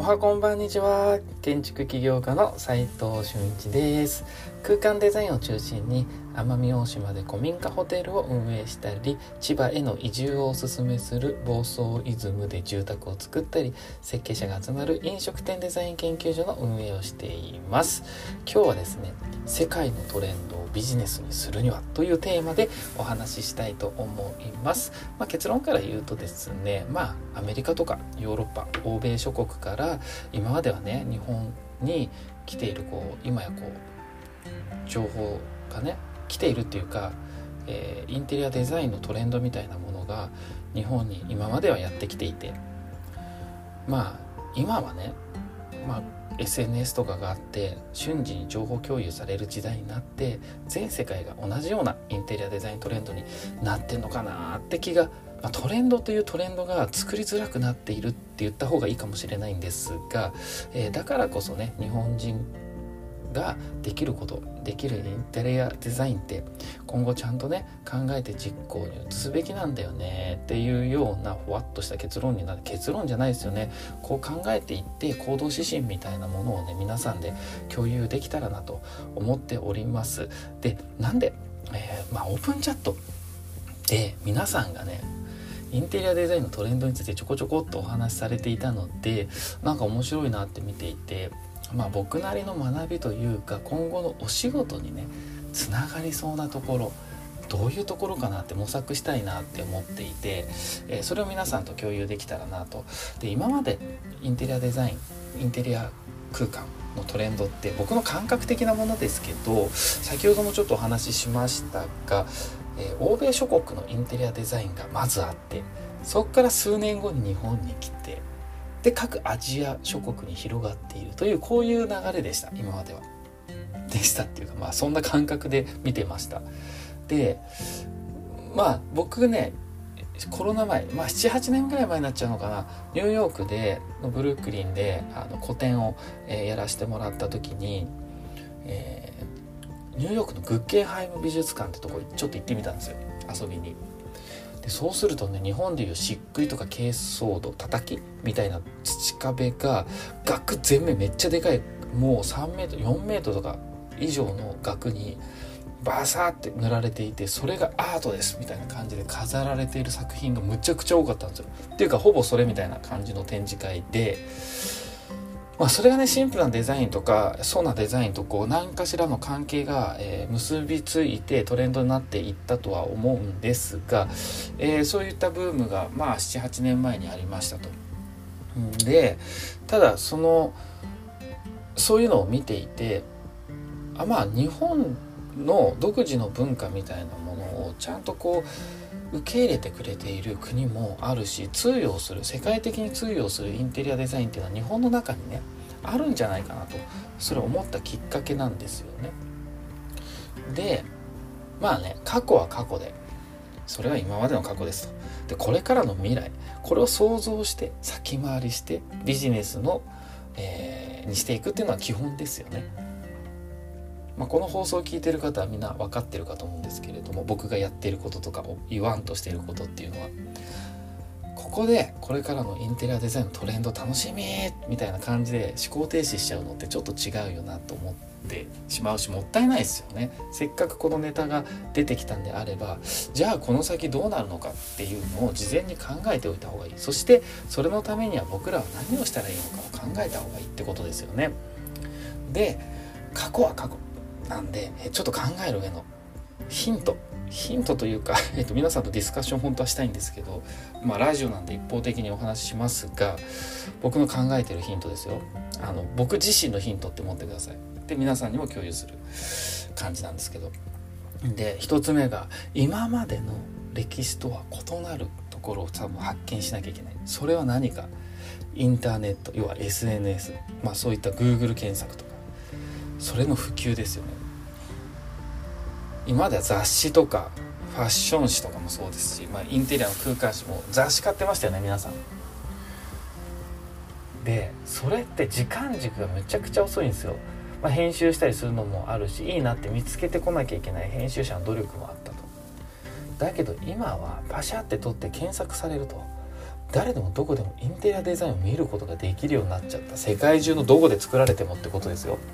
はこんばんにちは。建築起業家の斉藤俊一です。空間デザインを中心に奄美大島で古民家ホテルを運営したり、千葉への移住をおすすめする房総イズムで住宅を作ったり、設計者が集まる飲食店デザイン研究所の運営をしています。今日はですね、世界のトレンドをビジネスにするにはというテーマでお話ししたいと思います。結論から言うとですね、アメリカとかヨーロッパ、欧米諸国から今まではね、日本に来ている今や情報がね来ているっていうか、インテリアデザインのトレンドみたいなものが日本に今まではやってきていて、今はね、SNS とかがあって瞬時に情報共有される時代になって、全世界が同じようなインテリアデザイントレンドになってんのかなって気が、トレンドというトレンドが作りづらくなっているって言った方がいいかもしれないんですが、だからこそね、日本人ができるインテリアデザインって今後ちゃんとね考えて実行に移すべきなんだよねっていうようなふわっとした結論じゃないですよね。こう考えていって行動指針みたいなものをね、皆さんで共有できたらなと思っております。で、なんで、オープンチャットで皆さんがねインテリアデザインのトレンドについてちょこちょこっとお話しされていたので、面白いなって見ていて、僕なりの学びというか、今後のお仕事にねつながりそうなところ、どういうところかなって模索したいなって思っていて、それを皆さんと共有できたらなと。で、今までインテリアデザイン、インテリア空間のトレンドって僕の感覚的なものですけど、先ほどもちょっとお話ししましたが、欧米諸国のインテリアデザインがまずあって、そこから数年後に日本に来て、で各アジア諸国に広がっているという、こういう流れでした。今まではでしたっていうか、そんな感覚で見てました。で、僕ね、コロナ前、7,8 年ぐらい前になっちゃうのかな、ニューヨークでのブルックリンで個展を、やらせてもらった時に、ニューヨークのグッゲンハイム美術館ってとこちょっと行ってみたんですよ、遊びに。で、そうするとね、日本でいう漆喰とか珪藻土、叩きみたいな土壁が額全面めっちゃでかい、もう3メートル4メートルとか以上の額にバサーって塗られていて、それがアートですみたいな感じで飾られている作品がむちゃくちゃ多かったんですよ。っていうかほぼそれみたいな感じの展示会で、それがね、シンプルなデザインとかそうなデザインと何かしらの関係が、結びついてトレンドになっていったとは思うんですが、そういったブームが7,8 年前にありましたと。で、ただそういうのを見ていて、日本の独自の文化みたいなものをちゃんと受け入れてくれている国もあるし、世界的に通用するインテリアデザインっていうのは日本の中にねあるんじゃないかなと、それを思ったきっかけなんですよね。で、過去は過去で、それは今までの過去ですと。で、これからの未来、これを想像して先回りしてビジネスの、にしていくっていうのは基本ですよね。この放送を聞いている方はみんな分かってるかと思うんですけれども、僕がやっていることとかを言わんとしていることっていうのは、ここでこれからのインテリアデザインのトレンド楽しみみたいな感じで思考停止しちゃうのってちょっと違うよなと思ってしまうし、もったいないですよね。せっかくこのネタが出てきたんであれば、じゃあこの先どうなるのかっていうのを事前に考えておいた方がいい。そしてそれのためには僕らは何をしたらいいのかを考えた方がいいってことですよね。で、過去は過去なんで、ちょっと考える上のヒントというか、皆さんとディスカッション本当はしたいんですけど、ラジオなんで一方的にお話ししますが、僕の考えてるヒントですよ。僕自身のヒントって思ってください。で、皆さんにも共有する感じなんですけど、で、一つ目が今までの歴史とは異なるところを多分発見しなきゃいけない。それは何か、インターネット、要は SNS、そういった Google 検索とか、それの普及ですよね。今までは雑誌とかファッション誌とかもそうですし、インテリアの空間誌も雑誌買ってましたよね、皆さん。で、それって時間軸がめちゃくちゃ遅いんですよ。編集したりするのもあるし、いいなって見つけてこなきゃいけない編集者の努力もあったと。だけど今はパシャって撮って検索されると、 誰でもどこでもインテリアデザインを見ることができるようになっちゃった。世界中のどこで作られてもってことですよ。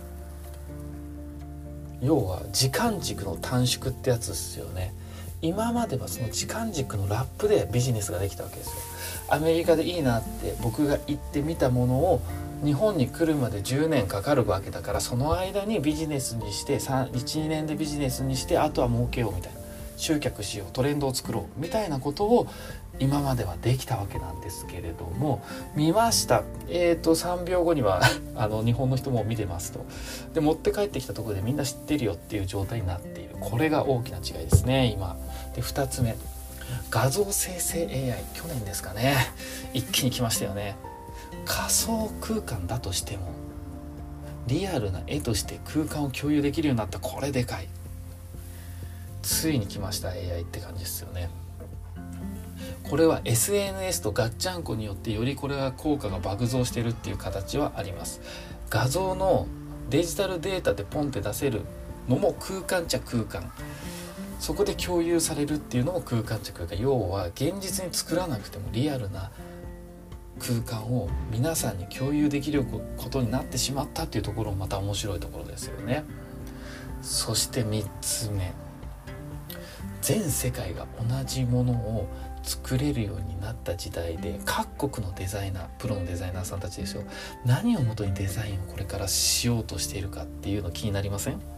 要は時間軸の短縮ってやつですよね。今まではその時間軸のラップでビジネスができたわけですよ。アメリカでいいなって僕が行ってみたものを日本に来るまで10年かかるわけだから、その間にビジネスにして1,2 年でビジネスにして、あとは儲けようみたいな、集客しよう、トレンドを作ろうみたいなことを今まではできたわけなんですけれども、見ました。3秒後には日本の人も見てますと。で持って帰ってきたところでみんな知ってるよっていう状態になっている。これが大きな違いですね今で。2つ目、画像生成 AI。 去年ですかね、一気に来ましたよね。仮想空間だとしてもリアルな絵として空間を共有できるようになった。これでかい。ついに来ました AI って感じですよね。これは SNS とガッチャンコによってよりこれは効果が爆増してるっていう形はあります。画像のデジタルデータでポンって出せるのも空間っちゃ空間、そこで共有されるっていうのも空間っちゃ空間。要は現実に作らなくてもリアルな空間を皆さんに共有できることになってしまったっていうところもまた面白いところですよね。そして3つ目、全世界が同じものを作れるようになった時代で、各国のデザイナー、プロのデザイナーさんたちですよ、何をもとにデザインをこれからしようとしているかっていうの気になりません？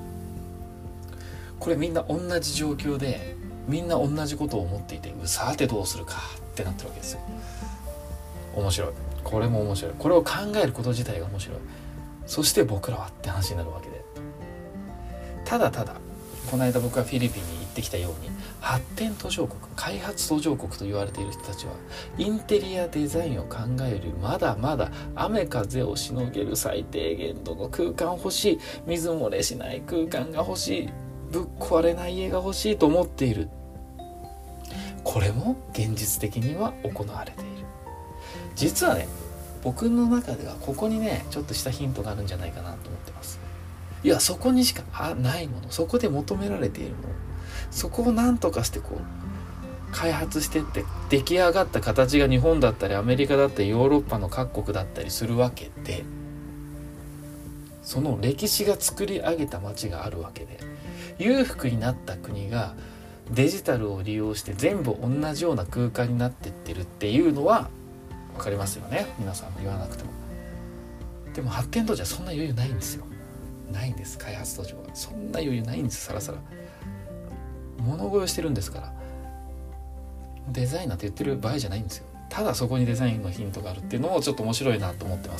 これみんな同じ状況でみんな同じことを思っていて、さてどうするかってなってるわけですよ。面白い。これも面白い。これを考えること自体が面白い。そして僕らはって話になるわけで、ただこの間僕はフィリピンに行ってきたように、発展途上国、開発途上国と言われている人たちはインテリアデザインを考えるよりまだまだ雨風をしのげる最低限度の空間欲しい、水漏れしない空間が欲しい、ぶっ壊れない家が欲しいと思っている。これも現実的には行われている。実はね、僕の中ではここにねちょっとしたヒントがあるんじゃないかなと思ってます。いや、そこにしかないもの、そこで求められているもの、そこを何とかしてこう開発してって出来上がった形が日本だったりアメリカだったりヨーロッパの各国だったりするわけで、その歴史が作り上げた街があるわけで、裕福になった国がデジタルを利用して全部同じような空間になってってるっていうのは分かりますよね。皆さんも言わなくても。でも発展途上はそんな余裕ないんですよ。ないんです。開発途上はそんな余裕ないんです。さらさら物乞いをしてるんですから。デザイナーって言ってる場合じゃないんですよ。ただそこにデザインのヒントがあるっていうのもちょっと面白いなと思ってます。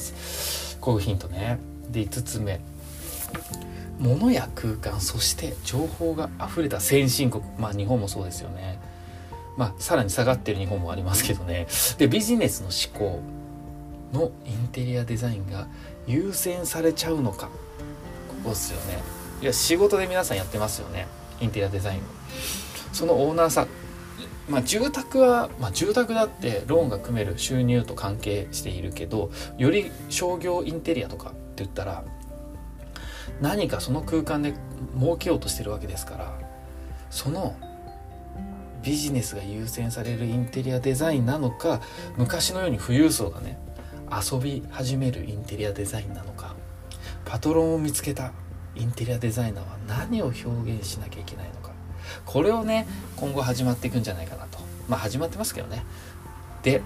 こういうヒントね。で5つ目、物や空間、そして情報があふれた先進国、日本もそうですよね。さらに下がってる日本もありますけどね。でビジネスの思考のインテリアデザインが優先されちゃうのか、ここですよね。いや、仕事で皆さんやってますよね、インテリアデザインを。そのオーナーさん、住宅は、住宅だってローンが組める収入と関係しているけど、より商業インテリアとかって言ったら何かその空間で儲けようとしてるわけですから、そのビジネスが優先されるインテリアデザインなのか、昔のように富裕層がね遊び始めるインテリアデザインなのか、パトロンを見つけたインテリアデザイナーは何を表現しなきゃいけないのか、これをね今後始まっていくんじゃないかなと。始まってますけどね。で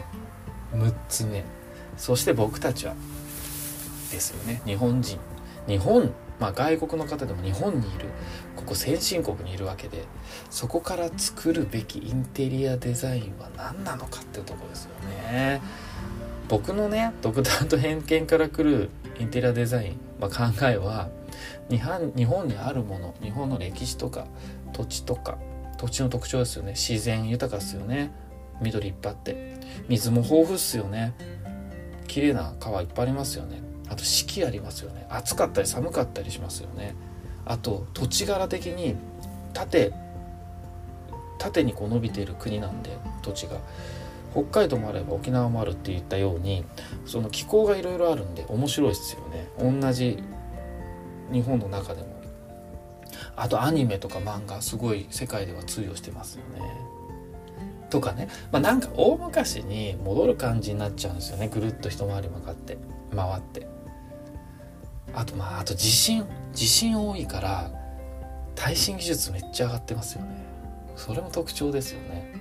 6つ目、そして僕たちはですよね、日本人、外国の方でも日本にいる、ここ先進国にいるわけで、そこから作るべきインテリアデザインは何なのかっていうところですよね。僕のね独断と偏見から来るインテリアデザイン、考えは日本にあるもの、日本の歴史とか土地とか、土地の特徴ですよね。自然豊かですよね。緑いっぱいあって水も豊富っすよね。綺麗な川いっぱいありますよね。あと四季ありますよね。暑かったり寒かったりしますよね。あと土地柄的に縦にこう伸びている国なんで、土地が北海道もあれば沖縄もあるって言ったように、その気候がいろいろあるんで面白いですよね。同じ日本の中でも。あとアニメとか漫画、すごい世界では通用してますよね。 とかね、なんか大昔に戻る感じになっちゃうんですよね。ぐるっと一回り回ってあと地震多いから耐震技術めっちゃ上がってますよね。それも特徴ですよね。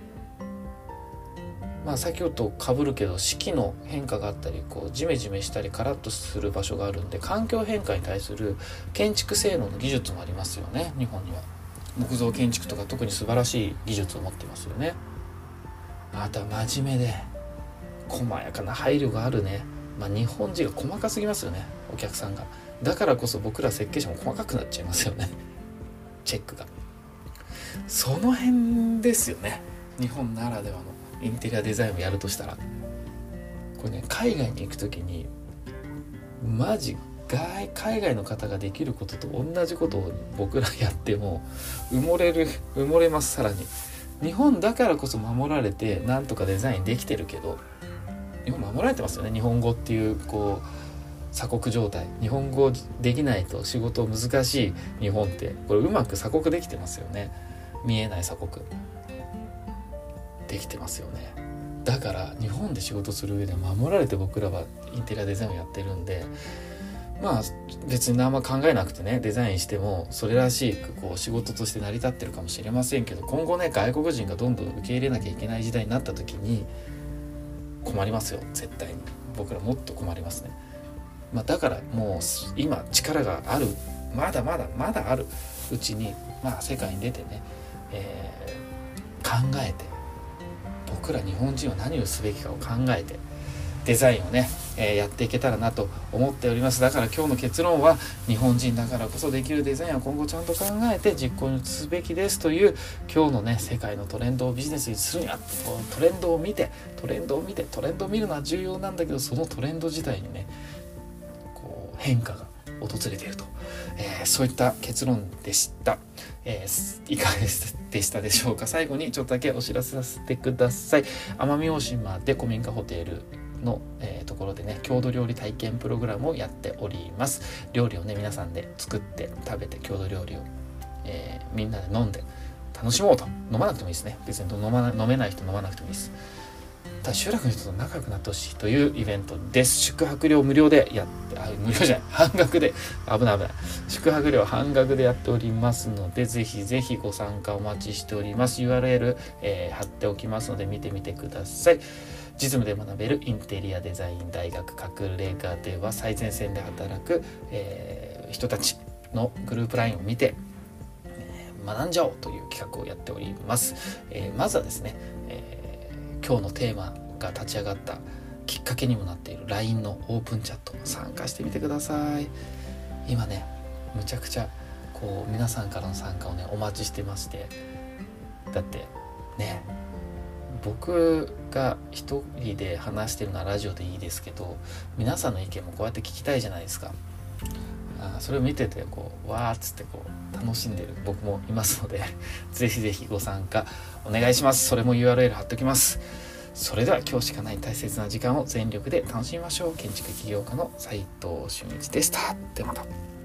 先ほどと被るけど四季の変化があったりジメジメしたりカラッとする場所があるんで、環境変化に対する建築性能の技術もありますよね。日本には木造建築とか特に素晴らしい技術を持っていますよね。あとは真面目で細やかな配慮があるね。日本人が細かすぎますよね、お客さんが。だからこそ僕ら設計者も細かくなっちゃいますよねチェックが。その辺ですよね、日本ならではのインテリアデザインをやるとしたら。これね、海外に行くときにマジ海外の方ができることと同じことを僕らやっても埋もれます。さらに日本だからこそ守られてなんとかデザインできてるけど、日本守られてますよね。日本語っていう鎖国状態、日本語できないと仕事難しい日本って、これうまく鎖国できてますよね。見えない鎖国できてますよね。だから日本で仕事する上で守られて僕らはインテリアデザインをやってるんで、別にあんま考えなくてね、デザインしてもそれらしく仕事として成り立ってるかもしれませんけど、今後ね、外国人がどんどん受け入れなきゃいけない時代になった時に困りますよ。絶対に僕らもっと困りますね。だからもう今力がある、まだあるうちに世界に出てね、考えて、僕ら日本人は何をすべきかを考えてデザインをね、やっていけたらなと思っております。だから今日の結論は、日本人だからこそできるデザインは今後ちゃんと考えて実行に移すべきですという、今日のね、世界のトレンドをビジネスにするにはトレンドを見るのは重要なんだけど、そのトレンド自体にね変化が訪れていると、そういった結論でした。いかがでしたでしょうか。最後にちょっとだけお知らせさせてください。奄美大島で古民家ホテルの、ところでね、郷土料理体験プログラムをやっております。料理をね、皆さんで作って食べて、郷土料理を、みんなで飲んで楽しもうと。飲まなくてもいいですね。別に飲めない人飲まなくてもいいです。ただ集落の人と仲良くなってほしいというイベントです。宿泊料無料でやって、無料じゃない、半額で、危ない宿泊料半額でやっておりますので、ぜひぜひご参加お待ちしております。 URL、貼っておきますので見てみてください。実務で学べるインテリアデザイン大学隠れ家では、最前線で働く、人たちのグループラインを見て、学んじゃおうという企画をやっております。まずはですね、今日のテーマが立ち上がったきっかけにもなっている LINE のオープンチャット参加してみてください。今ね、むちゃくちゃ皆さんからの参加をねお待ちしてまして、だってね、僕が一人で話してるのはラジオでいいですけど、皆さんの意見もこうやって聞きたいじゃないですか。それを見ててわーっつって楽しんでる僕もいますのでぜひぜひご参加お願いします。それも URL 貼っておきます。それでは今日しかない大切な時間を全力で楽しみましょう。建築起業家の斉藤俊一でした。ではまた。